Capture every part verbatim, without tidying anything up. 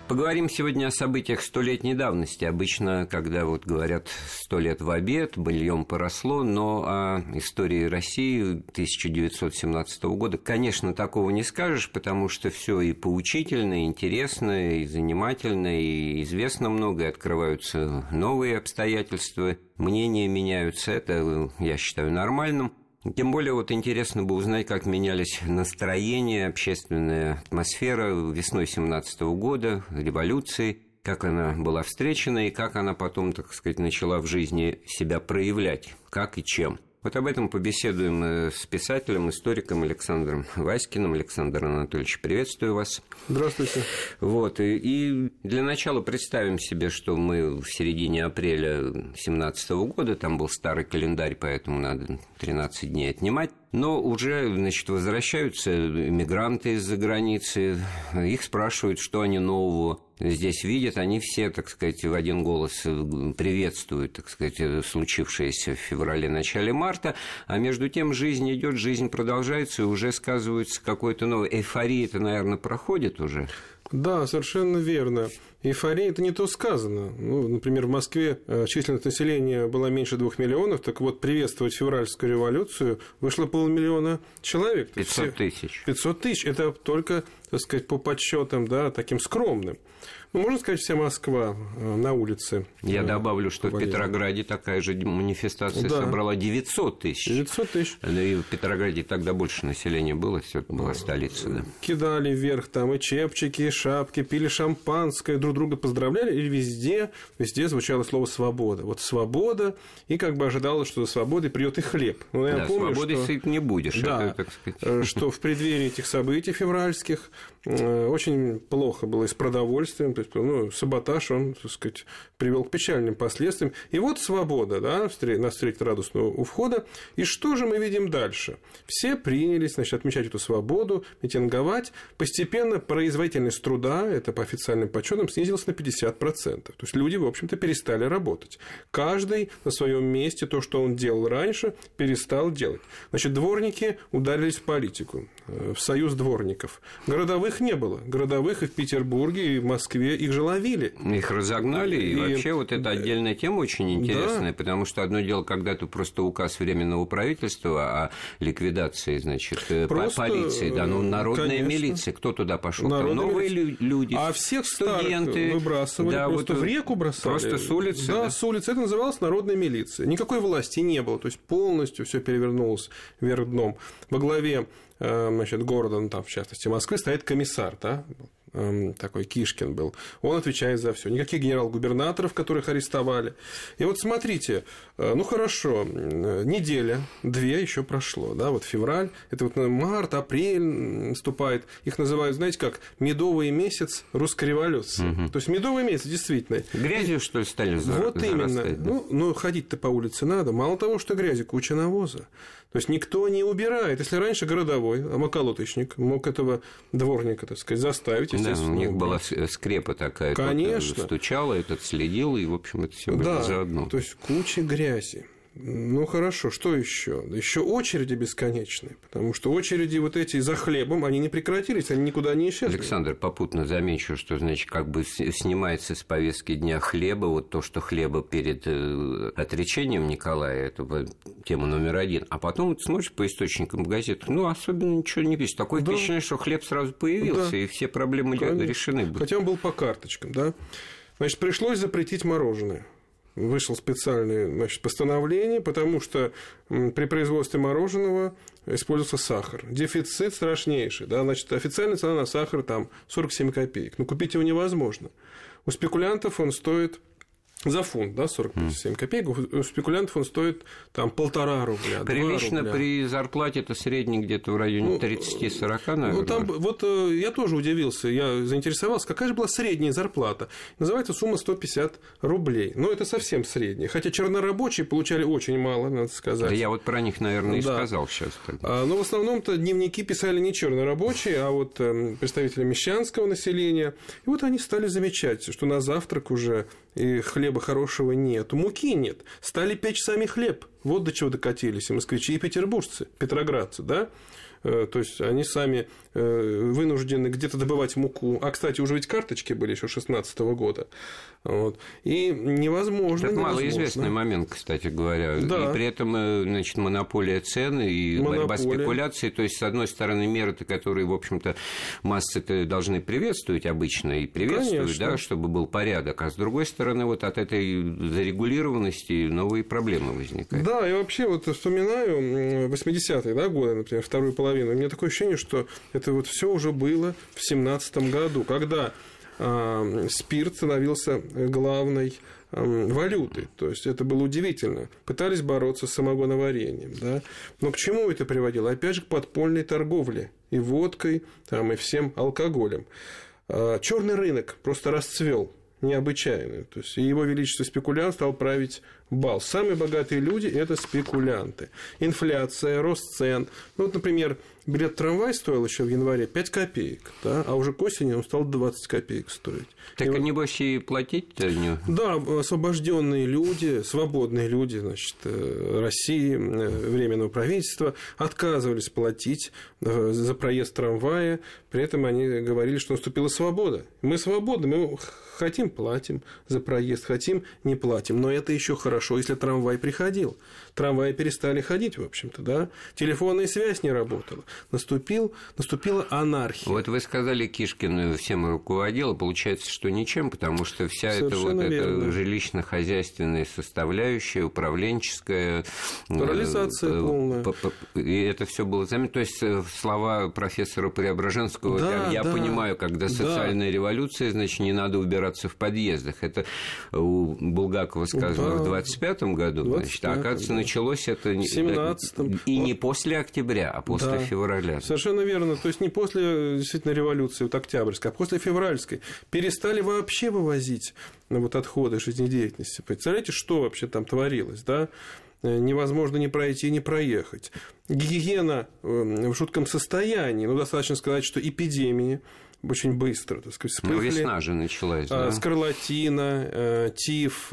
Поговорим сегодня о событиях столетней давности. Обычно, когда вот говорят «сто лет в обед», «быльем поросло», но о истории России тысяча девятьсот семнадцатого года, конечно, такого не скажешь, потому что все и поучительно, и интересно, и занимательно, и известно много, и открываются новые обстоятельства, мнения меняются. Это, я считаю, нормальным. Тем более вот интересно бы узнать, как менялись настроения, общественная атмосфера весной семнадцатого года, революции, как она была встречена и как она потом, так сказать, начала в жизни себя проявлять, как и чем. Вот об этом побеседуем с писателем, историком Александром Васькиным. Александр Анатольевич, приветствую вас. Здравствуйте. Вот, и, и для начала представим себе, что мы в середине апреля семнадцатого года, там был старый календарь, поэтому надо тринадцать дней отнимать. Но уже, значит, возвращаются мигранты из-за границы, их спрашивают, что они нового здесь видят, они все, так сказать, в один голос приветствуют, так сказать, случившееся в феврале-начале марта, а между тем жизнь идет, жизнь продолжается, и уже сказывается какой-то новый... Эйфория-то, наверное, проходит уже. Да, совершенно верно. Эйфория – это не то сказано. Ну, например, в Москве численность населения была меньше двух миллионов, так вот, приветствовать февральскую революцию вышло полмиллиона человек. пятьсот тысяч. пятьсот тысяч – это только, так сказать, по подсчетам, да, таким скромным. Ну, можно сказать, вся Москва на улице. Я да, добавлю, что в Петрограде такая же манифестация да. собрала девятьсот тысяч. девятьсот тысяч. И в Петрограде тогда больше населения было, все это была столица. Да. Кидали вверх там и чепчики, и шапки, пили шампанское, друг друга поздравляли, и везде, везде звучало слово «свобода». Вот свобода, и как бы ожидалось, что за свободой придет и хлеб. Но я да, помню, свободой что... сыт не будешь. Да, это, так сказать... что в преддверии этих событий февральских очень плохо было и с продовольствием, то есть, ну, саботаж, он, так сказать, привел к печальным последствиям. И вот свобода, да, нас встретит радостно у входа. И что же мы видим дальше? Все принялись, значит, отмечать эту свободу, митинговать. Постепенно производительность труда, это по официальным подсчетам, снизилась на пятьдесят процентов. То есть люди, в общем-то, перестали работать. Каждый на своем месте то, что он делал раньше, перестал делать. Значит, дворники ударились в политику, в союз дворников. Городовых не было. Городовых и в Петербурге, и в Москве их же ловили. Их разогнали, и, и вообще вот эта отдельная тема очень интересная, да. потому что одно дело, когда ты просто указ Временного правительства о ликвидации, значит, просто, полиции, да, ну, народная конечно. Милиция, кто туда пошел? Там новые милиция. Люди, а всех студенты выбрасывали, да, просто вот в реку бросали. Просто с улицы. Да, да, с улицы. Это называлось народная милиция. Никакой власти не было, то есть полностью все перевернулось вверх дном. Во главе, значит, города, ну, там, в частности, Москвы, стоит комиссар, да, такой Кишкин был, он отвечает за все. Никаких генерал-губернаторов, которых арестовали. И вот смотрите, ну хорошо, неделя, две еще прошло, да, вот февраль, это вот март, апрель наступает, их называют, знаете как, медовый месяц русской революции. Угу. То есть медовый месяц, действительно. Грязью, что ли, стали зарастать? Вот именно. Да? Ну, ну, ходить-то по улице надо. Мало того, что грязи, куча навоза. То есть никто не убирает. Если раньше городовой, околоточник мог этого дворника, так сказать, заставить, естественно. Да, у них была скрепа такая, конечно, стучала, этот следил, и, в общем, это все было да, заодно. То есть куча грязи. Ну хорошо, что еще? Еще очереди бесконечные, потому что очереди вот эти за хлебом, они не прекратились, они никуда не исчезли. Александр, попутно замечу, что, значит, как бы снимается с повестки дня хлеба, вот то, что хлеба перед отречением Николая, это тема номер один, а потом вот смотришь по источникам газет, ну, особенно ничего не пишет. Такое да. впечатление, что хлеб сразу появился, да. и все проблемы Конечно. решены были. Хотя он был по карточкам, да. Значит, пришлось запретить мороженое. Вышло специальное, значит, постановление, потому что при производстве мороженого использовался сахар. Дефицит страшнейший. Да? Значит, официальная цена на сахар там сорок семь копеек. Но купить его невозможно. У спекулянтов он стоит за фунт, да, сорок семь копеек, у спекулянтов он стоит там полтора рубля. Прилично рубля. При зарплате это средний где-то в районе ну, тридцать-сорок, наверное. Ну, там, вот я тоже удивился, я заинтересовался, какая же была средняя зарплата. Называется сумма сто пятьдесят рублей. Но это совсем средняя. Хотя чернорабочие получали очень мало, надо сказать. Да я вот про них, наверное, и да. сказал сейчас. А, но в основном-то дневники писали не чернорабочие, а вот представители мещанского населения. И вот они стали замечать, что на завтрак уже и хлеба хорошего нет, муки нет, стали печь сами хлеб. Вот до чего докатились и москвичи, и петербуржцы, петроградцы, да? то есть они сами вынуждены где-то добывать муку. А, кстати, уже ведь карточки были еще шестнадцатого года. Вот. И невозможно. Это невозможно. малоизвестный момент, кстати говоря. Да. И при этом, значит, монополия цен и монополия. Борьба спекуляций. То есть, с одной стороны, меры-то, которые, в общем-то, массы-то должны приветствовать обычно и приветствуют, да, чтобы был порядок. А с другой стороны, вот от этой зарегулированности новые проблемы возникают. Да, и вообще вот вспоминаю восьмидесятые, да, годы, например, вторую половину. У меня такое ощущение, что это вот все уже было в семнадцатом году, когда э, спирт становился главной э, валютой. То есть это было удивительно. Пытались бороться с самогоноварением, да. Но к чему это приводило? Опять же, к подпольной торговле и водкой, там, и всем алкоголем. Э, черный рынок просто расцвел необычайно. То есть, и его величество спекулянт стал править бал. Самые богатые люди – это спекулянты. Инфляция, рост цен. Ну, вот, например, билет в трамвай стоил еще в январе пять копеек, да, а уже к осени он стал двадцать копеек стоить. Так, и небось, и платить-то не... Да, освобожденные люди, свободные люди, значит, России, Временного правительства отказывались платить за проезд трамвая, при этом они говорили, что наступила свобода. Мы свободны, мы хотим – платим за проезд, хотим – не платим. Но это еще хорошо, если трамвай приходил. Трамваи перестали ходить, в общем-то, да. Телефонная связь не работала. Наступил, наступила анархия. Вот вы сказали, Кишкин всем руководил, получается, что ничем, потому что вся эта вот эта жилищно-хозяйственная составляющая, управленческая... Парализация полная. И это все было заметно. То есть, слова профессора Преображенского, да, там, я да, понимаю, когда социальная да. революция, значит, не надо убираться в подъездах. Это у Булгакова сказано да. в двадцать пятом году, значит, а оказывается, да. началось это в семнадцатом. И не после октября, а после да. февраля. Совершенно верно. То есть не после действительно революции вот, октябрьской, а после февральской. Перестали вообще вывозить ну, вот, отходы жизнедеятельности. Представляете, что вообще там творилось, да? Невозможно ни пройти, ни проехать. Гигиена в жутком состоянии. Ну, достаточно сказать, что эпидемии очень быстро, так сказать, вспыхнули. Ну, весна же началась, да? Скарлатина, тиф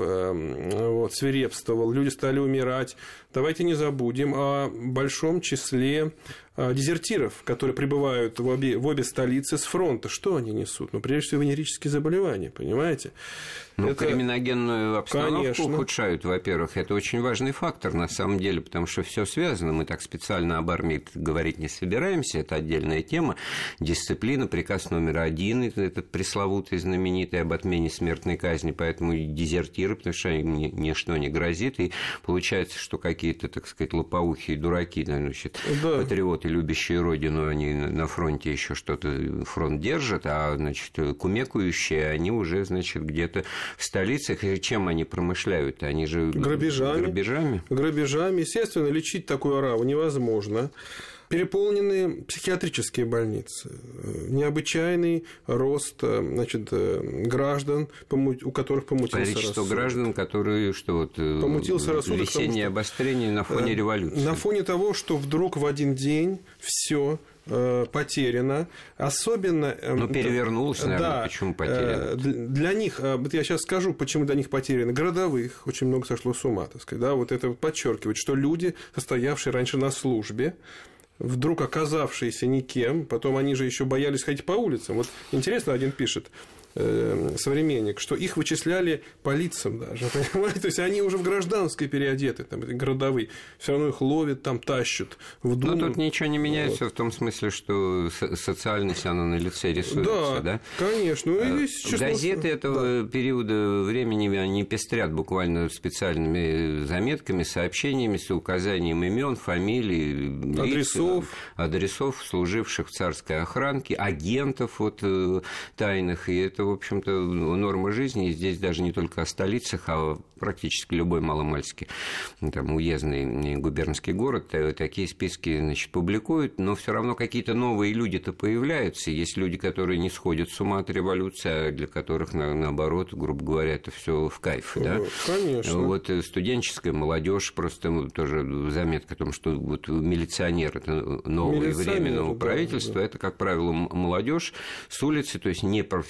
вот, свирепствовал, люди стали умирать. Давайте не забудем о большом числе дезертиров, которые прибывают в обе, в обе столицы с фронта. Что они несут? Ну, прежде всего, венерические заболевания, понимаете? Ну, это... криминогенную обстановку Конечно. ухудшают, во-первых. Это очень важный фактор, на самом деле, потому что все связано. Мы так специально об армии говорить не собираемся, это отдельная тема. Дисциплина, приказ номер один, этот пресловутый, знаменитый, об отмене смертной казни, поэтому дезертиры, потому что им ничто не грозит, и получается, что какие-то, так сказать, лопоухие дураки, значит, да. патриоты, любящие родину, они на фронте еще что-то, фронт держат, а, значит, кумекающие, они уже, значит, где-то в столицах. И чем они промышляют? Они же грабежами. Грабежами. Грабежами. Естественно, лечить такую ораву невозможно. Переполнены психиатрические больницы. Необычайный рост, значит, граждан, у которых помутился Количество рассудок. граждан, которые, что вот, помутился рассудок, весеннее потому, обострение на фоне революции. На фоне того, что вдруг в один день все потеряно, особенно... Ну, перевернулось, наверное, да, почему потеряно? Для них, вот я сейчас скажу, почему для них потеряно, городовых очень много сошло с ума, так сказать, да, вот это вот подчеркивает, что люди, состоявшие раньше на службе, вдруг оказавшиеся никем, потом они же еще боялись ходить по улицам. Вот интересно, один пишет, современник, что их вычисляли по лицам даже, понимаете? То есть они уже в гражданской переодеты, там, эти городовые, все равно их ловят, там, тащат в Думу. Но тут ничего не меняется вот. В том смысле, что социальность, она на лице рисуется, да? Да, конечно. Ну, и число... Газеты этого да. периода времени, они пестрят буквально специальными заметками, сообщениями с указанием имен, фамилий, адресов, лиц, адресов, служивших в царской охранке, агентов вот, тайных, и это в общем-то, норма жизни. И здесь даже не только о столицах, а практически любой маломальский там, уездный губернский город такие списки, значит, публикуют, но все равно какие-то новые люди-то появляются. Есть люди, которые не сходят с ума от революции, а для которых, наоборот, грубо говоря, это все в кайф. Да? Конечно. Вот студенческая молодежь, просто тоже заметка о том, что вот милиционер – это новое временного да, правительства, да. это, как правило, молодежь с улицы, то есть не профессионалы,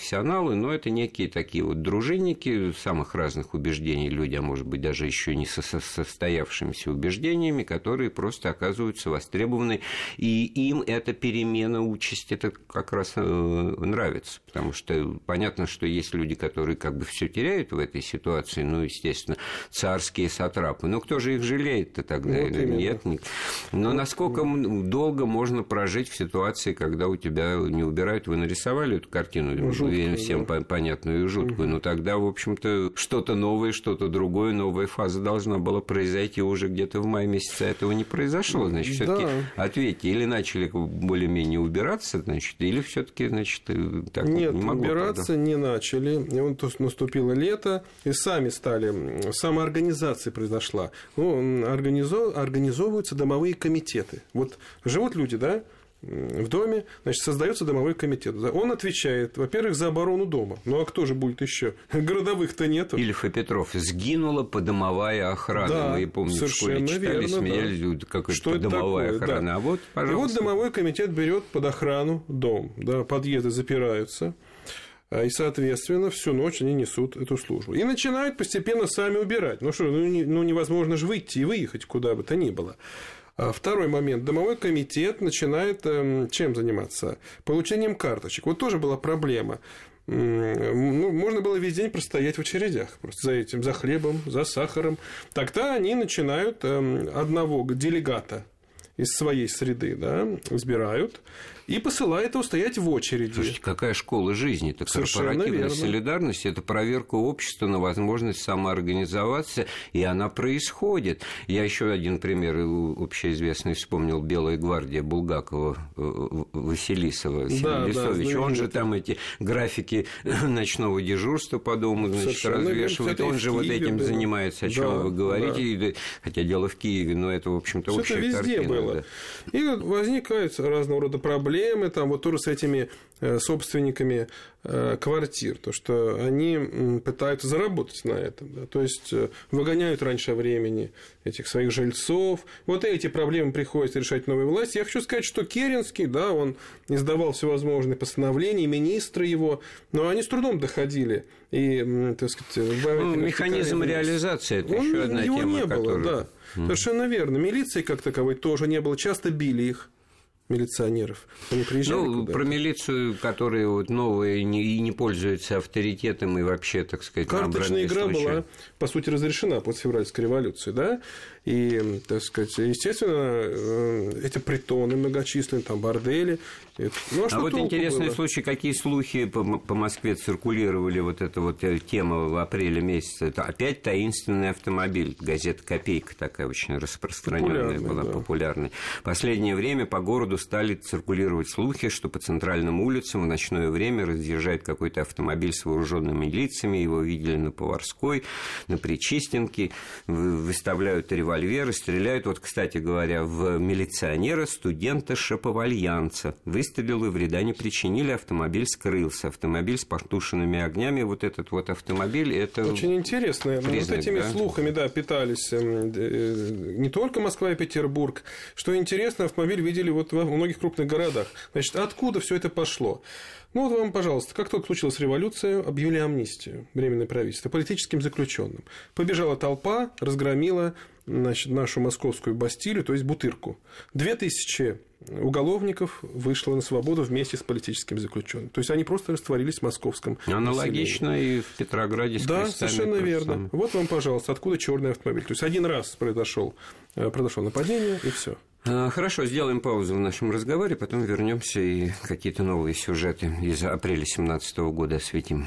либералы, но это некие такие вот дружинники самых разных убеждений люди, а может быть даже еще не со состоявшимися убеждениями, которые просто оказываются востребованы, и им эта перемена участи это как раз э, нравится, потому что понятно, что есть люди, которые как бы все теряют в этой ситуации, ну, естественно, царские сатрапы, но кто же их жалеет-то тогда? Вот нет, нет. Но вот. Насколько долго можно прожить в ситуации, когда у тебя не убирают, вы нарисовали эту картину, жуткую, всем да. понятную и жуткую, угу. но тогда, в общем-то, что-то новое, что-то другое, новая фаза должна была произойти уже где-то в мае месяце, этого не произошло, значит, все-таки да. ответьте, или начали более-менее убираться, значит, или все-таки, значит, так нет, вот не могло убираться тогда. Не начали, и вот наступило лето, и сами стали, самоорганизация произошла, ну, организов, организовываются домовые комитеты, вот живут люди, да, в доме, значит, создается домовой комитет. Он отвечает, во-первых, за оборону дома. Ну, а кто же будет еще? Городовых-то нету. Ильф и Петров. Сгинула подомовая охрана. Да, мы, помню, в школе читали, верно, смеялись, да. Как что это подомовая такое? Охрана. Да. А вот, пожалуйста. И вот домовой комитет берет под охрану дом. Да, подъезды запираются. И, соответственно, всю ночь они несут эту службу. И начинают постепенно сами убирать. Ну что, ну, не, ну невозможно же выйти и выехать куда бы то ни было. Второй момент. Домовой комитет начинает э, чем заниматься? Получением карточек. Вот тоже была проблема. Ну, можно было весь день простоять в очередях просто за этим, за хлебом, за сахаром. Тогда они начинают э, одного делегата из своей среды, да, избирают и посылают его стоять в очереди. Слушайте, какая школа жизни? Это корпоративная солидарность, это проверка общества на возможность самоорганизоваться, и она происходит. Я еще один пример общеизвестный вспомнил. Белая гвардия Булгакова, Василисова, да, Лисович. Да, он же там эти графики ночного дежурства по дому, значит, развешивает. Он же вот этим было. Занимается, о чем да, вы говорите. Да. Хотя дело в Киеве, но это, в общем-то, все общая это везде картина. Было. Да. И возникают разного рода проблемы. Там вот тоже с этими собственниками квартир, то, что они пытаются заработать на этом, да, то есть выгоняют раньше времени этих своих жильцов. Вот эти проблемы приходится решать новой власти. Я хочу сказать, что Керенский, да, он издавал всевозможные постановления, министры его, но они с трудом доходили. И, так сказать, ну, механизм реализации – это еще одна его тема, не было, которую... да. Mm-hmm. Совершенно верно. Милиции как таковой тоже не было. Часто били их. Милиционеров. Они приезжали ну, куда-то. Про милицию, которые вот новые не, и не пользуются авторитетом и вообще, так сказать, карточная игра случай. Была, по сути, разрешена после февральской революции, да, и, так сказать, естественно, эти притоны многочисленные, там, бордели. Ну, а а вот интересный было? Случай, какие слухи по, по Москве циркулировали, вот эта вот тема в апреле месяце, это опять таинственный автомобиль, газета «Копейка» такая очень распространенная была, да. популярная. В последнее время по городу стали циркулировать слухи, что по центральным улицам в ночное время разъезжает какой-то автомобиль с вооруженными лицами, его видели на Поварской, на Причистенке, выставляют револьверы, стреляют. Вот, кстати говоря, в милиционера студента Шаповальянца выстрелил и вреда не причинили, автомобиль скрылся. Автомобиль с потушенными огнями, вот этот вот автомобиль, это... Очень интересно. Признак, вот этими да? слухами, да, питались не только Москва и Петербург. Что интересно, автомобиль видели вот во многих крупных городах. Значит, откуда все это пошло? Ну, вот вам, пожалуйста, как только случилась революция, объявили амнистию, временное правительство, политическим заключенным. Побежала толпа, разгромила, значит, нашу московскую Бастилию, то есть Бутырку. Две тысячи уголовников вышло на свободу вместе с политическим заключенным. То есть они просто растворились в московском аналогично населении. И в Петрограде с да, совершенно верно. Вот вам, пожалуйста, откуда черный автомобиль. То есть один раз произошел, произошло нападение, и все. Хорошо, сделаем паузу в нашем разговоре, потом вернемся и какие-то новые сюжеты из апреля две тысячи семнадцатого года осветим.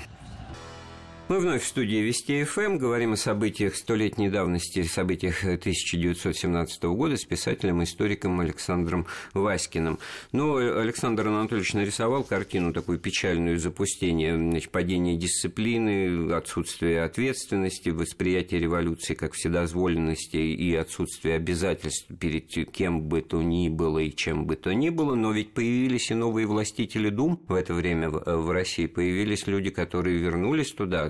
Мы вновь в студии Вести ФМ говорим о событиях столетней давности, событиях тысяча девятьсот семнадцатого года с писателем-историком Александром Васькиным. Ну, Александр Анатольевич нарисовал картину такую печальную запустение, значит, падение дисциплины, отсутствие ответственности, восприятие революции как вседозволенности и отсутствие обязательств перед кем бы то ни было и чем бы то ни было. Но ведь появились и новые властители дум в это время в России, появились люди, которые вернулись туда,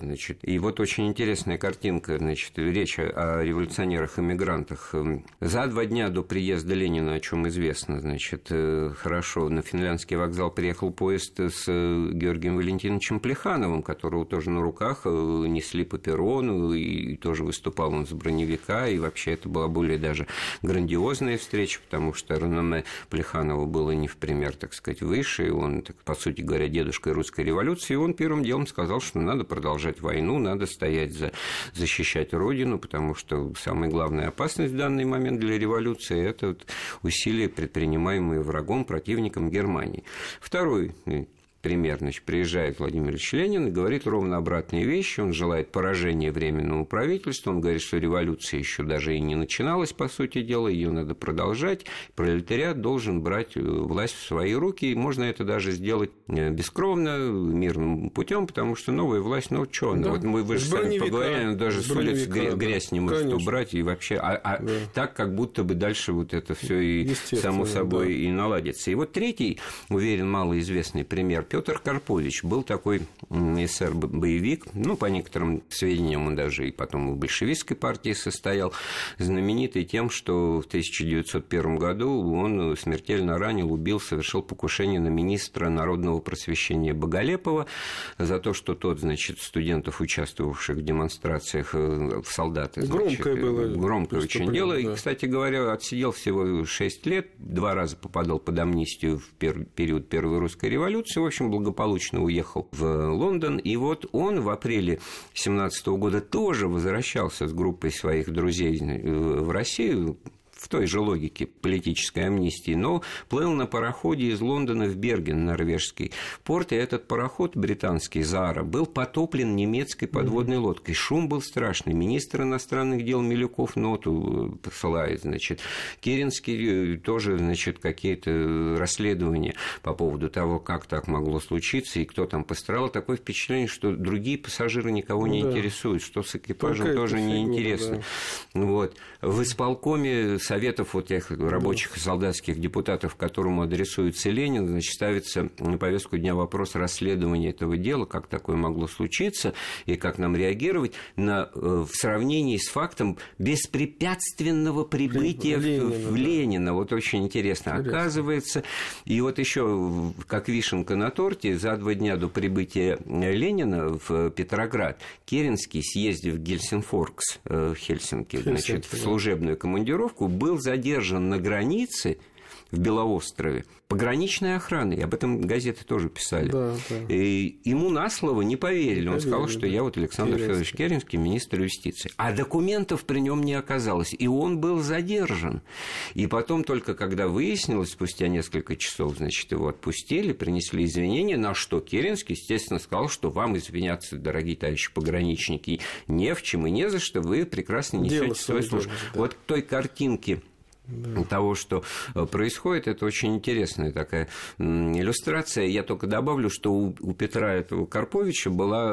значит. И вот очень интересная картинка, значит, речь о революционерах-эмигрантах. За два дня до приезда Ленина, о чем известно, значит, хорошо, на финляндский вокзал приехал поезд с Георгием Валентиновичем Плехановым, которого тоже на руках несли по перрону, и тоже выступал он с броневика, и вообще это была более даже грандиозная встреча, потому что реноме Плеханова было не в пример, так сказать, выше, он, так, по сути говоря, дедушкой русской революции, и он первым делом сказал, что надо продолжать войну, надо стоять за, защищать Родину, потому что самая главная опасность в данный момент для революции – это вот усилия, предпринимаемые врагом, противником Германии. Второй пример, значит, приезжает Владимир Ильич Ленин и говорит ровно обратные вещи. Он желает поражения Временному правительству. Он говорит, что революция еще даже и не начиналась, по сути дела, ее надо продолжать. Пролетариат должен брать власть в свои руки. И можно это даже сделать бескровно, мирным путем, потому что новая власть, ну, что она? Да. Вот мы, вы же сами поговорили, даже с улиц грязь не может убрать. И вообще, а, а да. так, как будто бы дальше вот это все и само собой да. и наладится. И вот третий, уверен, малоизвестный пример. Петр Карпович был такой эсер-боевик, ну, по некоторым сведениям, он даже и потом в большевистской партии состоял, знаменитый тем, что в тысяча девятьсот первом году он смертельно ранил, убил, совершил покушение на министра народного просвещения Боголепова за то, что тот, значит, студентов, участвовавших в демонстрациациях в солдаты, значит, громкое было громкое очень дело, да. И, кстати говоря, отсидел всего шесть лет, два раза попадал под амнистию в пер- период Первой русской революции, в общем, благополучно уехал в Лондон, и вот он в апреле семнадцатого года тоже возвращался с группой своих друзей в Россию, в той же логике политической амнистии, но плыл на пароходе из Лондона в Берген, норвежский порт, и этот пароход британский «Заара» был потоплен немецкой подводной лодкой. Шум был страшный. Министр иностранных дел Милюков ноту посылает, значит, Керенский тоже, значит, какие-то расследования по поводу того, как так могло случиться и кто там пострадал. Такое впечатление, что другие пассажиры никого не да. интересуют, что с экипажем Пока тоже неинтересно. Да. Вот. В исполкоме советов вот тех рабочих и солдатских депутатов, которому адресуется Ленин, значит, ставится на повестку дня вопрос расследования этого дела, как такое могло случиться и как нам реагировать на, в сравнении с фактом беспрепятственного прибытия Ленина, в, в Ленина. Вот очень интересно. интересно. Оказывается, и вот еще как вишенка на торте, за два дня до прибытия Ленина в Петроград Керенский, съездив в Гельсинфоркс, в Хельсинки, значит, в служебную командировку, был задержан на границе в Белоострове пограничной охраной. Об этом газеты тоже писали. Да, да. И ему на слово не поверили. Не Он поверили, сказал, что да. я вот Александр Керенский. Федорович Керенский, министр юстиции. А документов при нем не оказалось. И он был задержан. И потом только когда выяснилось, спустя несколько часов, значит, его отпустили, принесли извинения, на что Керенский, естественно, сказал, что вам извиняться, дорогие товарищи пограничники, не в чем и не за что, вы прекрасно несете свою службу. Да. Вот к той картинке Да. того, что происходит, это очень интересная такая иллюстрация. Я только добавлю, что у, у Петра этого Карповича была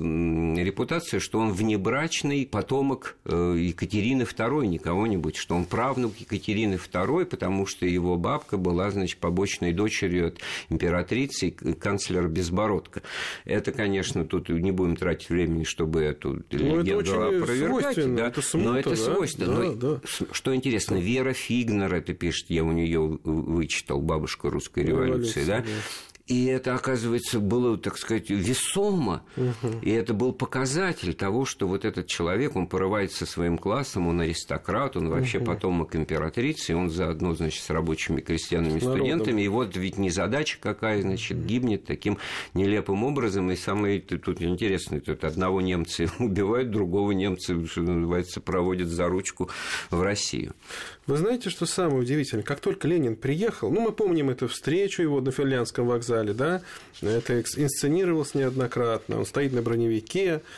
репутация, что он внебрачный потомок Екатерины второй, не кого-нибудь, что он правнук Екатерины второй, потому что его бабка была, значит, побочной дочерью от императрицы, канцлера Безбородко. Это, конечно, тут не будем тратить времени, чтобы эту легенду опровергать, да, это смута, но это да? свойственно. Да, но, да. Что интересно, Вера Фигнер это пишет, я у нее вычитал, бабушка русской революции, да? да. И это, оказывается, было, так сказать, весомо. Угу. И это был показатель того, что вот этот человек, он порывается со своим классом, он аристократ, он вообще угу. потомок императрицы, и он заодно, значит, с рабочими крестьянами, студентами. И вот ведь незадача какая, значит, гибнет таким нелепым образом. И самое тут интересное, тут одного немца убивают, другого немца, что называется, проводят за ручку в Россию. Вы знаете, что самое удивительное? Как только Ленин приехал, ну, мы помним эту встречу его на Финляндском вокзале, да, это инсценировалось неоднократно, он стоит на броневике,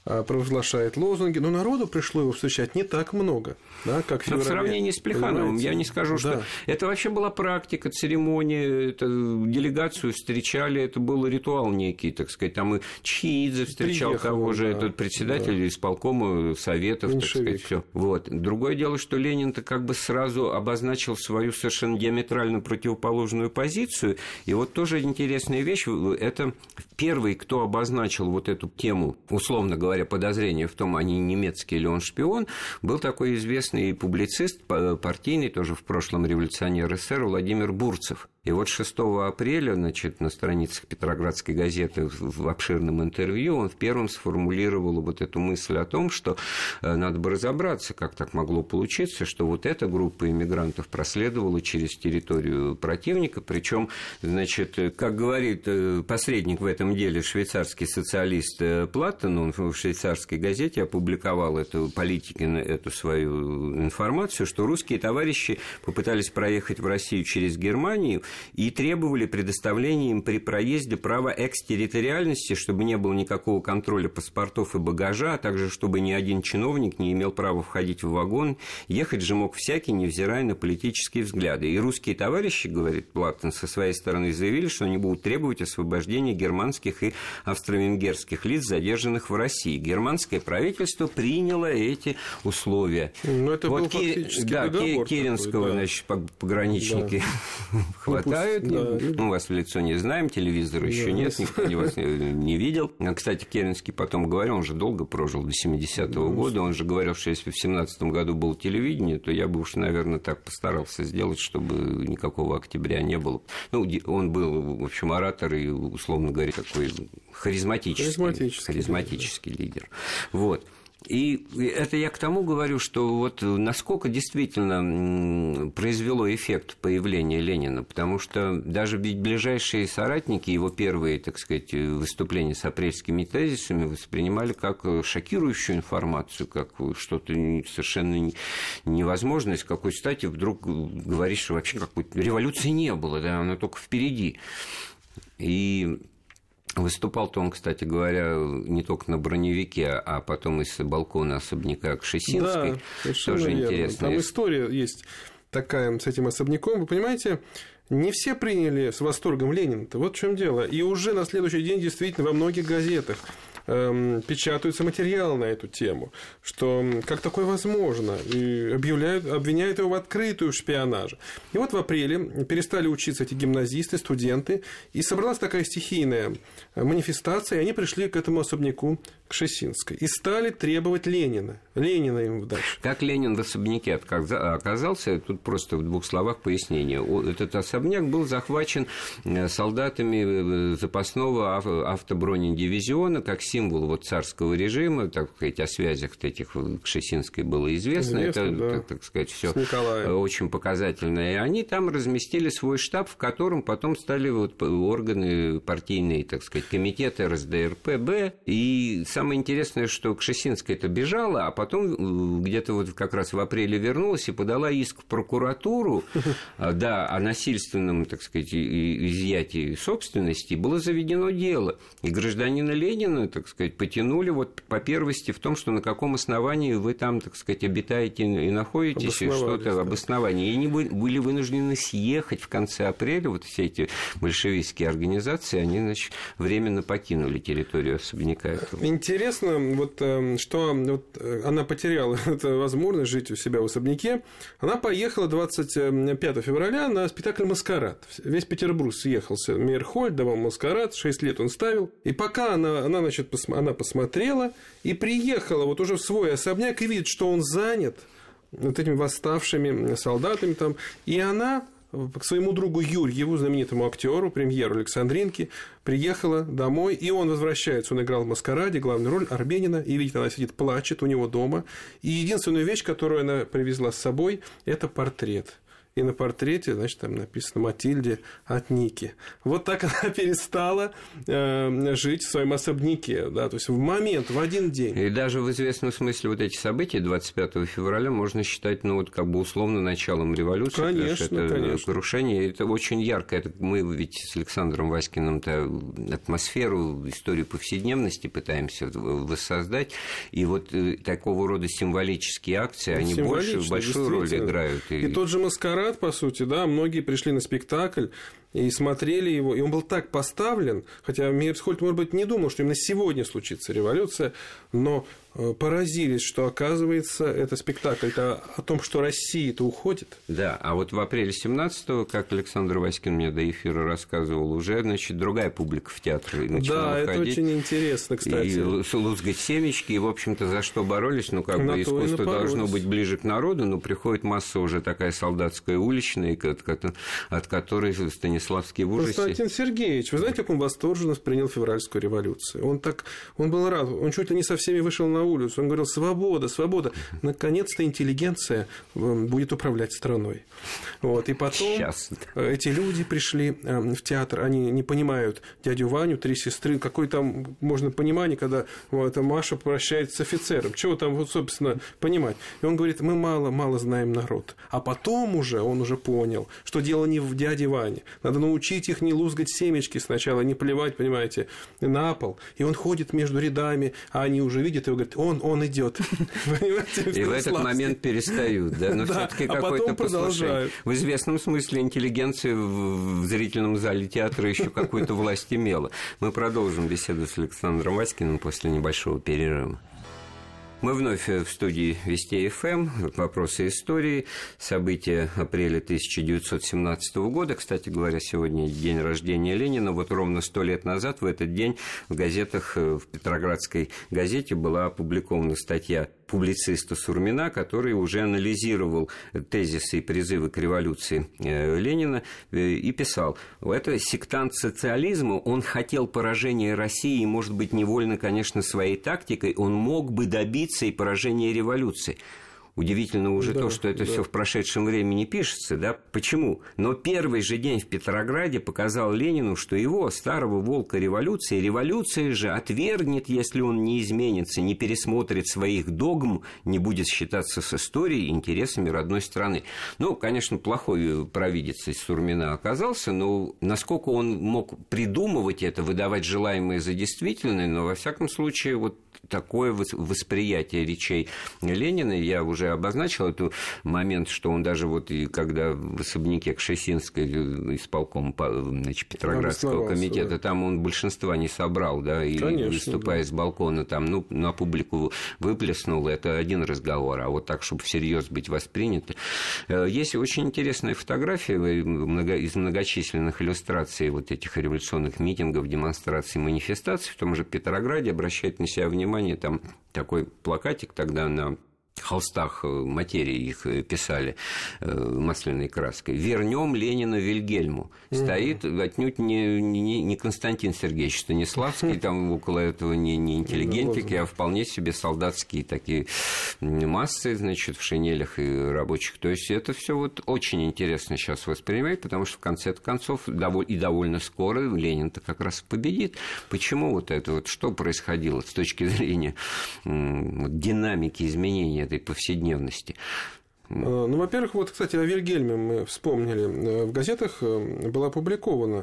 провозглашает лозунги, но народу пришло его встречать не так много, да, как в феврале. Но в сравнении с Плехановым я не скажу, что да. это вообще была практика, церемония, это делегацию встречали, это был ритуал некий, так сказать, там и Чхеидзе встречал Приехал, того же, да, этот председатель да. исполкома советов, Меньшевик. так сказать, все. Вот. Другое дело, что Ленин-то как бы сразу обозначил свою совершенно диаметрально противоположную позицию, и вот тоже интересная вещь, это первый, кто обозначил вот эту тему, условно говоря, подозрение в том, они немецкий или он шпион, был такой известный публицист, партийный, тоже в прошлом революционер СССР, Владимир Бурцев. И вот шестого апреля, значит, на страницах Петроградской газеты в обширном интервью он в первом сформулировал вот эту мысль о том, что надо бы разобраться, как так могло получиться, что вот эта группа иммигрантов проследовала через территорию противника, причем, значит, как говорит посредник в этом деле, швейцарский социалист Платтен, он в швейцарской газете опубликовал эту политикину, эту свою информацию, что русские товарищи попытались проехать в Россию через Германию и требовали предоставления им при проезде права экстерриториальности, чтобы не было никакого контроля паспортов и багажа, а также чтобы ни один чиновник не имел права входить в вагон. Ехать же мог всякий, невзирая на политические взгляды. И русские товарищи, говорит Платтен, со своей стороны заявили, что они будут требовать освобождения германских и австро-венгерских лиц, задержанных в России. Германское правительство приняло эти условия. Ну, это вот был Ке... фактически да, договор Керенского, такой, да. значит, пограничники да. хватают. Да. Мы вас в лицо не знаем, телевизора да, еще нет, никто не вас не видел. Кстати, Керенский потом говорил, он же долго прожил, до семидесятого года, он же говорил, что если в семнадцатом году было телевидение, то я бы уж, наверное, так постарался сделать, чтобы никакого октября не было. Ну, он был, в общем, оратор и, условно говоря, такой харизматический, харизматический, харизматический лидер. лидер. Вот. И это я к тому говорю, что вот насколько действительно произвело эффект появления Ленина, потому что даже ведь ближайшие соратники, его первые, так сказать, выступления с апрельскими тезисами воспринимали как шокирующую информацию, как что-то совершенно невозможное, с какой стати вдруг говоришь, что вообще какой-то революции не было, да, она только впереди. И выступал-то он, кстати говоря, не только на броневике, а потом из балкона особняка Кшесинской. Да, тоже интересно. Там история есть такая с этим особняком. Вы понимаете, не все приняли с восторгом Ленина-то. Вот в чем дело. И уже на следующий день действительно во многих газетах эм, печатаются материалы на эту тему, что как такое возможно, и объявляют, обвиняют его в открытую шпионаже. И вот в апреле перестали учиться эти гимназисты, студенты, и собралась такая стихийная манифестация, и они пришли к этому особняку Кшесинской и стали требовать Ленина. Ленина им дальше. Как Ленин в особняке оказался, тут просто в двух словах пояснение. Этот особняк был захвачен солдатами запасного автобронедивизиона как символ вот царского режима, так сказать, о связях этих в Кшесинской было известно. известно Это, да. так, так сказать, все очень показательно. И они там разместили свой штаб, в котором потом стали вот органы партийные, так сказать, комитеты эр эс дэ эр пэ бэ. И самое интересное, что Кшесинская-то бежала, а потом где-то вот как раз в апреле вернулась и подала иск в прокуратуру, да, о насильственном, так сказать, изъятии собственности. Было заведено дело. И гражданина Ленина, так сказать, потянули вот по первости в том, что на каком основании вы там, так сказать, обитаете и находитесь, что-то да. обоснование. И они были вынуждены съехать в конце апреля, вот все эти большевистские организации, они, значит, временно покинули территорию особняка этого. Интересно, вот, что вот она потеряла эту возможность жить у себя в особняке. Она поехала двадцать пятого февраля на спектакль «Маскарад». Весь Петербург съехался. Мейерхольд давал «Маскарад», шесть лет он ставил. И пока она, она, значит, она посмотрела и приехала вот уже в свой особняк и видит, что он занят вот этими восставшими солдатами там. И она к своему другу Юрьеву, знаменитому актеру, премьеру Александринки, приехала домой, и он возвращается. Он играл в «Маскараде» главную роль Арбенина, и видит, она сидит, плачет у него дома. И единственная вещь, которую она привезла с собой, это портрет. и на портрете, значит, там написано «Матильде от Ники». Вот так она перестала э, жить в своем особняке, да, то есть в момент, в один день. И даже в известном смысле вот эти события двадцать пятого февраля можно считать, ну, вот как бы условно началом революции. Конечно, это конечно. Крушение, это очень ярко. Это мы ведь с Александром Васькиным-то атмосферу, историю повседневности пытаемся воссоздать. И вот такого рода символические акции, ну, они больше, большую роль играют. И... и тот же «Маскарад», по сути, да, многие пришли на спектакль и смотрели его, и он был так поставлен, хотя Мейерсхольд, может быть, не думал, что именно сегодня случится революция, но поразились, что, оказывается, это спектакль-то о том, что Россия-то уходит. Да, а вот в апреле семнадцатого, как Александр Васькин мне до эфира рассказывал, уже, значит, другая публика в театре начала Да, выходить. Это очень интересно, кстати. И лузгать семечки, и, в общем-то, за что боролись, ну, как на бы искусство должно быть ближе к народу, но приходит масса уже такая солдатская уличная, от которой Станиславский в ужасе. Константин Сергеевич, вы знаете, как он восторженно воспринял февральскую революцию? Он так, он был рад, он чуть ли не со всеми вышел на улицу, он говорил: свобода, свобода. Наконец-то интеллигенция будет управлять страной. Вот. И потом Сейчас. эти люди пришли в театр, они не понимают дядю Ваню, три сестры, какое там можно понимание, когда вот, Маша прощается с офицером, чего там, вот, собственно, понимать. И он говорит: мы мало-мало знаем народ. А потом уже он уже понял, что дело не в дяде Ване. Надо научить их не лузгать семечки сначала, не плевать, понимаете, на пол. И он ходит между рядами, а они уже видят его, говорят: он, он идет. И в этот момент перестают, да? Но все-таки какое-то послушание. В известном смысле интеллигенция в зрительном зале театра еще какую-то власть имела. Мы продолжим беседу с Александром Васькиным после небольшого перерыва. Мы вновь в студии Вести ФМ. Вопросы истории. События апреля тысяча девятьсот семнадцатого года. Кстати говоря, сегодня день рождения Ленина. Вот ровно сто лет назад в этот день в газетах, в Петроградской газете была опубликована статья публициста Сурмина, который уже анализировал тезисы и призывы к революции Ленина и писал: это сектант социализма, он хотел поражения России, и, может быть, невольно, конечно, своей тактикой он мог бы добиться и поражения революции. Удивительно уже да, то, что это да. все в прошедшем времени пишется, да? Почему? Но первый же день в Петрограде показал Ленину, что его, старого волка революции, революция же отвергнет, если он не изменится, не пересмотрит своих догм, не будет считаться с историей и интересами родной страны. Ну, конечно, плохой провидец из Сурмина оказался, но насколько он мог придумывать это, выдавать желаемое за действительное, но, во всяком случае, вот такое восприятие речей Ленина, я уже обозначил этот момент, что он даже вот и когда в особняке Кшесинской исполком, значит, Петроградского комитета, да. там он большинства не собрал, да, и Конечно, выступая да. с балкона там, ну, на публику выплеснул, это один разговор, а вот так, чтобы всерьез быть воспринято. Есть очень интересная фотография из многочисленных иллюстраций вот этих революционных митингов, демонстраций, манифестаций в том же Петрограде, обращает на себя внимание, там такой плакатик тогда на холстах материи их писали масляной краской. «Вернем Ленина Вильгельму». Mm-hmm. Стоит отнюдь не, не, не Константин Сергеевич Станиславский, mm-hmm. там около этого не, не интеллигентики, mm-hmm. а вполне себе солдатские такие массы, значит, в шинелях и рабочих. То есть это все вот очень интересно сейчас воспринимать, потому что в конце концов и довольно скоро Ленин-то как раз победит. Почему вот это вот, что происходило с точки зрения динамики изменения этой повседневности? Ну, во-первых, вот, кстати, о Вильгельме мы вспомнили. В газетах было опубликовано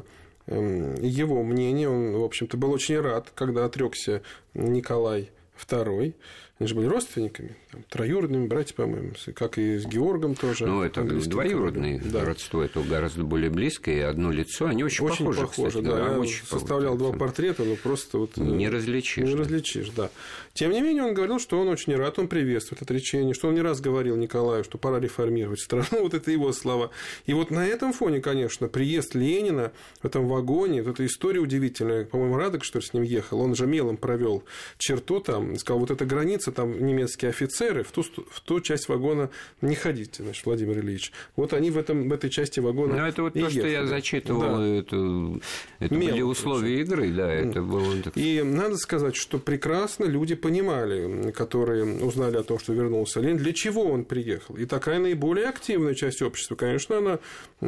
его мнение. Он, в общем-то, был очень рад, когда отрекся Николай второй. Они же были родственниками, там, троюродными братья, по-моему, как и с Георгом тоже. Ну, это двоюродные да. родство, это гораздо более близкое, и одно лицо, они очень, очень похожи, похожи, кстати, да. да, Я очень составлял похожи. Два портрета, но просто вот... Не различишь. Не да. различишь, да. Тем не менее, он говорил, что он очень рад, он приветствует отречение, что он не раз говорил Николаю, что пора реформировать страну, вот это его слова. И вот на этом фоне, конечно, приезд Ленина в этом вагоне, вот эта история удивительная, по-моему, Радок, что ли, с ним ехал, он же мелом провел черту там вагоном. Сказал, вот эта граница, там немецкие офицеры, в ту, в ту часть вагона не ходите, значит, Владимир Ильич. Вот они в, этом, в этой части вагона. Ну, это вот то, ехали. Что я зачитывал, да. это, это Мел, были условия короче. игры, да, это было. И надо сказать, что прекрасно люди понимали, которые узнали о том, что вернулся Ленин, для чего он приехал. И такая наиболее активная часть общества, конечно, она,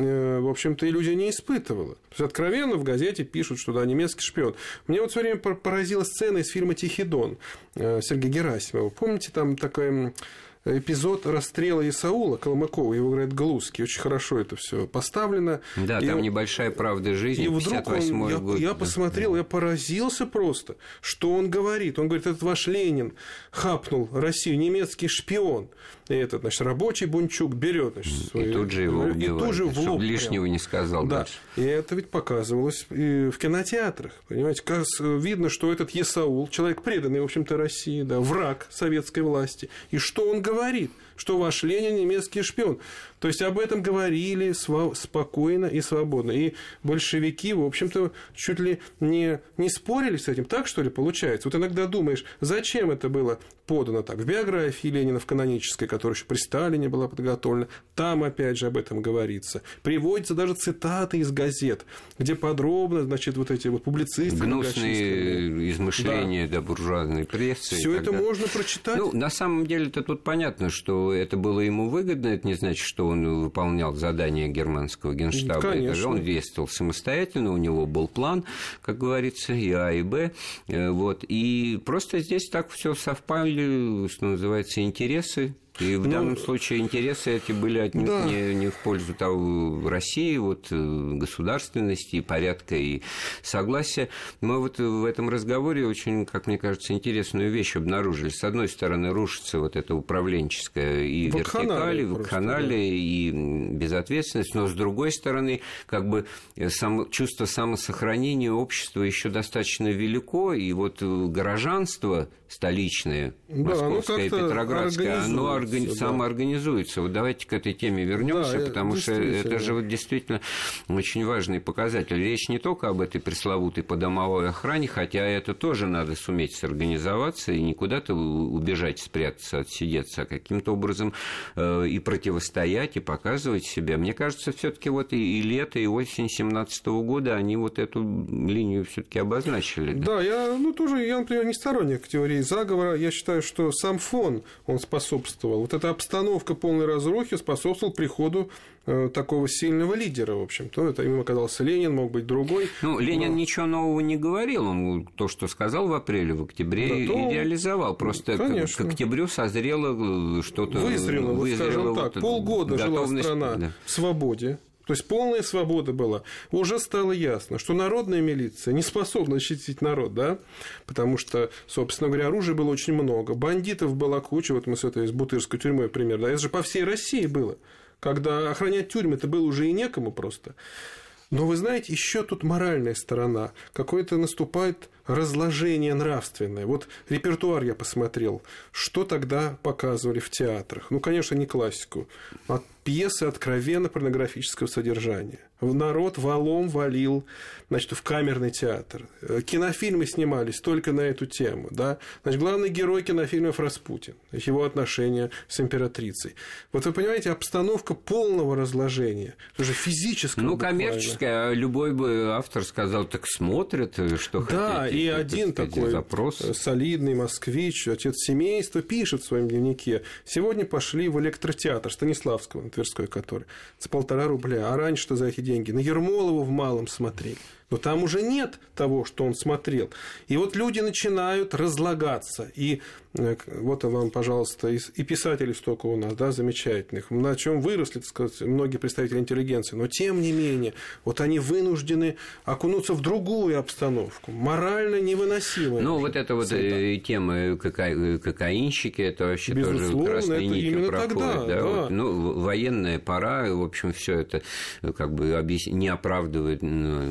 в общем-то, иллюзий не испытывала. То есть, откровенно в газете пишут, что да, немецкий шпион. Мне вот все время поразила сцена из фильма «Тихий дон» Сергея Герасимова. Помните, там такая... эпизод расстрела Исаула Калмыкова, его играет Галузский, очень хорошо это все поставлено. Да, и там он... небольшая правда жизни, и вдруг он, я, год. Я да. посмотрел, я поразился просто, что он говорит. Он говорит, этот ваш Ленин хапнул Россию, немецкий шпион. И этот, значит, рабочий Бунчук берет, значит, свой... И тут же его убивают, и тут же в лоб, чтобы лишнего прям. не сказал да. дальше. И это ведь показывалось и в кинотеатрах. Понимаете, как видно, что этот Исаул, человек преданный, в общем-то, России, да, враг советской власти. И что он говорит? Что ваш Ленин немецкий шпион. То есть об этом говорили спокойно и свободно. И большевики, в общем-то, чуть ли не, не спорили с этим. Так, что ли, получается? Вот иногда думаешь, зачем это было подано так? В биографии Ленина, в канонической, которая еще при Сталине была подготовлена, там, опять же, об этом говорится. Приводятся даже цитаты из газет, где подробно, значит, вот эти вот публицисты... Гнусные измышления да. Да, буржуазной прессы. Все это когда... можно прочитать. Ну, на самом деле-то тут понятно, что это было ему выгодно. Это не значит, что он выполнял задания германского генштаба. Конечно. Это же он действовал самостоятельно, у него был план, как говорится, и А, и Б. Вот. И просто здесь так все совпали, что называется, интересы. И в ну, данном случае интересы эти были отнюдь да. не, не в пользу того России, вот, государственности, порядка и согласия. Мы вот в этом разговоре очень, как мне кажется, интересную вещь обнаружили. С одной стороны, рушится вот это управленческое и вертикаль, и вакханалия, да. и безответственность, но с другой стороны, как бы сам, чувство самосохранения общества еще достаточно велико, и вот горожанство столичное, московское, да, петроградское, оно органи... да. самоорганизуется. Вот давайте к этой теме вернемся, да, потому что это же вот действительно очень важный показатель. Речь не только об этой пресловутой подомовой охране, хотя это тоже надо суметь сорганизоваться и не куда-то убежать, спрятаться, отсидеться, а каким-то образом э, и противостоять, и показывать себя. Мне кажется, все-таки вот и, и лето, и осень семнадцатого года они вот эту линию все-таки обозначили. Да, да я, ну, тоже, я, например, не сторонник теории заговора. Я считаю, что сам фон, он способствовал. Вот эта обстановка полной разрухи способствовала приходу э, такого сильного лидера, в общем-то. Это им оказался Ленин, мог быть другой. Ну, Ленин но... ничего нового не говорил. Он то, что сказал в апреле, в октябре, да, то... и реализовал. Просто к, к октябрю созрело что-то... Вызрело, вот, скажем так. Вот, полгода готовность... жила страна да. в свободе. То есть полная свобода была. Уже стало ясно, что народная милиция не способна защитить народ, да, потому что, собственно говоря, оружия было очень много, бандитов была куча, вот мы с этой из Бутырской тюрьмой пример, да, это же по всей России было, когда охранять тюрьмы это было уже и некому просто. Но вы знаете, еще тут моральная сторона, какое-то наступает разложение нравственное. Вот репертуар я посмотрел, что тогда показывали в театрах. Ну, конечно, не классику, а пьесы откровенно порнографического содержания. Народ валом валил, значит, в камерный театр. Кинофильмы снимались только на эту тему. Да? Значит, главный герой кинофильмов Распутин, его отношения с императрицей. Вот вы понимаете, обстановка полного разложения, уже физического. Ну, буквально. коммерческая, любой бы автор сказал, так смотрят, что да, хотите. И один сказать, такой запрос. солидный москвич, отец семейства, пишет в своем дневнике: сегодня пошли в электротеатр Станиславского, на Тверской, который за полтора рубля. А раньше-то за эти деньги на Ермолова в малом смотрели. Но там уже нет того, что он смотрел. И вот люди начинают разлагаться. И вот вам, пожалуйста, и писателей столько у нас, да, замечательных, на чем выросли, так сказать, многие представители интеллигенции. Но, тем не менее, вот они вынуждены окунуться в другую обстановку, морально невыносимую. Ну, вот эта вот и тема кока... кокаинщики, это вообще безусловно, тоже красной это нитью проходит. Тогда, да, да. Вот, ну, военная пора, в общем, все это как бы не оправдывает, но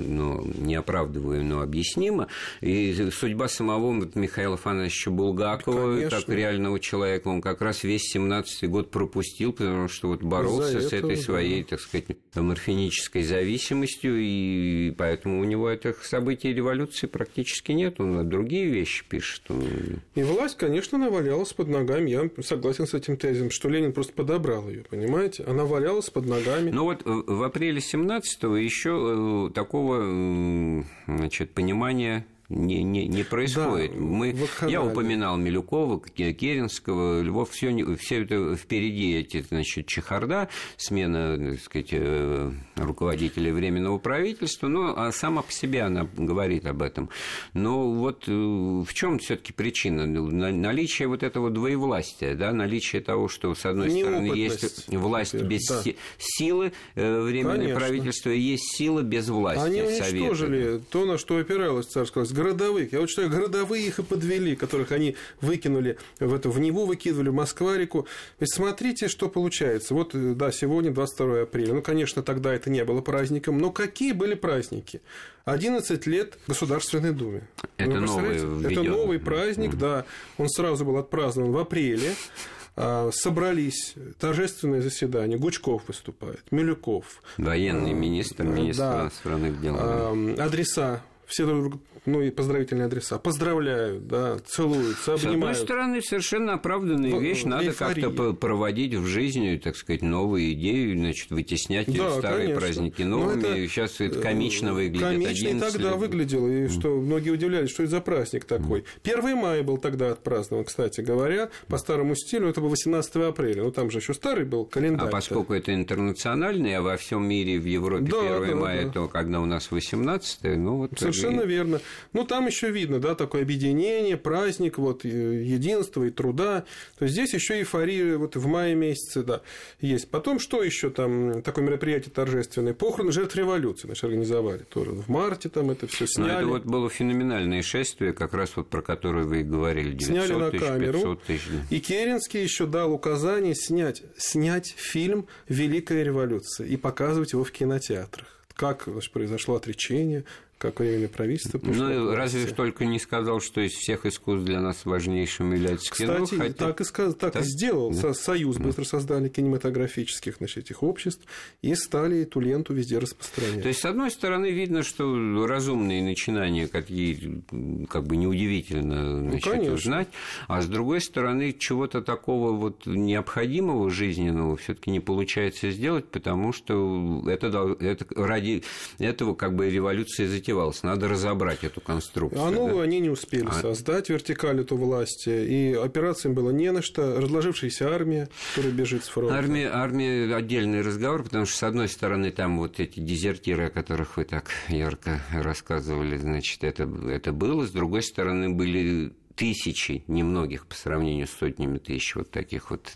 не оправдываю, но объяснимо. И судьба самого вот, Михаила Афанасьевича Булгакова, Конечно. как реального человека, он как раз весь семнадцатый год пропустил, потому что вот боролся с этой своей, так сказать, морфинической зависимостью, и поэтому у него этих событий революции практически нет, он другие вещи пишет. Он... И власть, конечно, она валялась под ногами, я согласен с этим тезисом, что Ленин просто подобрал ее, понимаете? Она валялась под ногами. Ну вот в апреле семнадцатого еще такого, значит, понимания не, не, не происходит. Да, Мы, я упоминал Милюкова, Керенского, Львов, все, все это впереди, эти, значит, чехарда, смена, так сказать, руководителей Временного правительства, ну, а сама по себе она говорит об этом. Но вот в чем все-таки причина? Наличие вот этого двоевластия, да, наличие того, что, с одной стороны, есть власть без да. силы, Временное Конечно. правительство, и есть сила без власти. Они уничтожили Совета. То, на что опиралась царская власть. Городовых. Я вот считаю, городовые их и подвели, которых они выкинули в эту в Неву, выкидывали в Москва-реку. Ведь смотрите, что получается. Вот, да, сегодня двадцать второе апреля. Ну, конечно, тогда это не было праздником. Но какие были праздники? одиннадцать лет Государственной Думе. Это новый, это новый праздник, mm-hmm. да. Он сразу был отпразднован в апреле. Собрались торжественное заседание. Гучков выступает, Милюков. Военный министр, министр да, иностранных дел. Адреса. Все друг, ну и поздравительные адреса. Поздравляют, да, целуются, обнимают. С одной стороны, совершенно оправданная в, вещь. Надо эйфория. Как-то проводить в жизни, так сказать, новые идеи, значит, вытеснять да, старые конечно. Праздники новыми. Это, Сейчас это комично выглядит. Комично и тогда лет. Выглядело. И что многие удивлялись, что это за праздник такой. первое мая был тогда отпразднован, кстати говоря, по старому стилю. Это был восемнадцатого апреля. Ну, там же еще старый был календарь. А поскольку это интернациональный, а во всем мире, в Европе да, первое мая, да. то когда у нас восемнадцатое, ну вот... Совершенно верно. Ну, там еще видно, да, такое объединение, праздник, вот, единства и труда. То есть здесь еще эйфория вот в мае месяце, да, есть. Потом, что еще там, такое мероприятие торжественное? Похороны жертв революции, значит, организовали тоже. В марте там это все сняли. Но это вот было феноменальное шествие, как раз вот про которое вы и говорили. девятьсот сняли на тысяч, камеру. пятьсот тысяч. И Керенский еще дал указание снять, снять фильм «Великая революция» и показывать его в кинотеатрах. Как, значит, произошло отречение, как Временное правительство пришло. Ну, разве только не сказал, что из всех искусств для нас важнейшим является кино. Кстати, хотя... так, и, сказ... так так? и сделал. Да. Союз да. быстро создали кинематографических, значит, этих обществ и стали эту ленту везде распространять. То есть, с одной стороны, видно, что разумные начинания, какие, как бы неудивительно, значит, ну, узнать, а с другой стороны, чего-то такого вот необходимого жизненного все-таки не получается сделать, потому что это, это ради этого как бы революция затевалась. Надо разобрать эту конструкцию. А новую да? они не успели а... создать, вертикаль эту власти, и операциям было не на что. Разложившаяся армия, которая бежит с фронта. Армия, армия отдельный разговор, потому что, с одной стороны, там вот эти дезертиры, о которых вы так ярко рассказывали, значит, это, это было, с другой стороны, были... тысячи, немногих по сравнению с сотнями тысяч вот таких вот,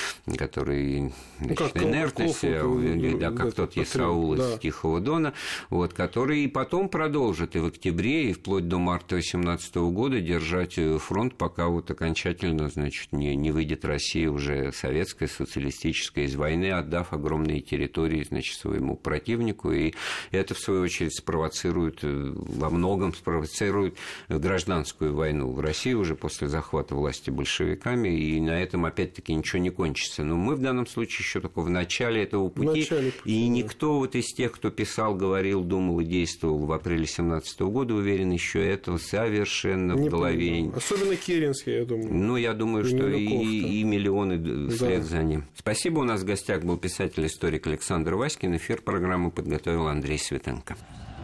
которые, значит, ну, инертности, да, как тот Исаул из Тихого Дона, вот, которые и потом продолжат и в октябре, и вплоть до марта восемнадцатого года держать фронт, пока вот окончательно, значит, не, не выйдет Россия уже советская, социалистическая из войны, отдав огромные территории, значит, своему противнику, и это, в свою очередь, спровоцирует, во многом спровоцирует гражданскую войну в России уже после захвата власти большевиками, и на этом опять-таки ничего не кончится. Но мы в данном случае еще только в начале этого пути, начале пути и никто вот из тех, кто писал, говорил, думал и действовал в апреле семнадцатого года, уверен, еще этого совершенно не в голове. Понимаю. Особенно Керенский, я думаю. Ну, я думаю, и что и, и миллионы вслед да. за ним. Спасибо. У нас в гостях был писатель-историк Александр Васькин. Эфир программы подготовил Андрей Светенко.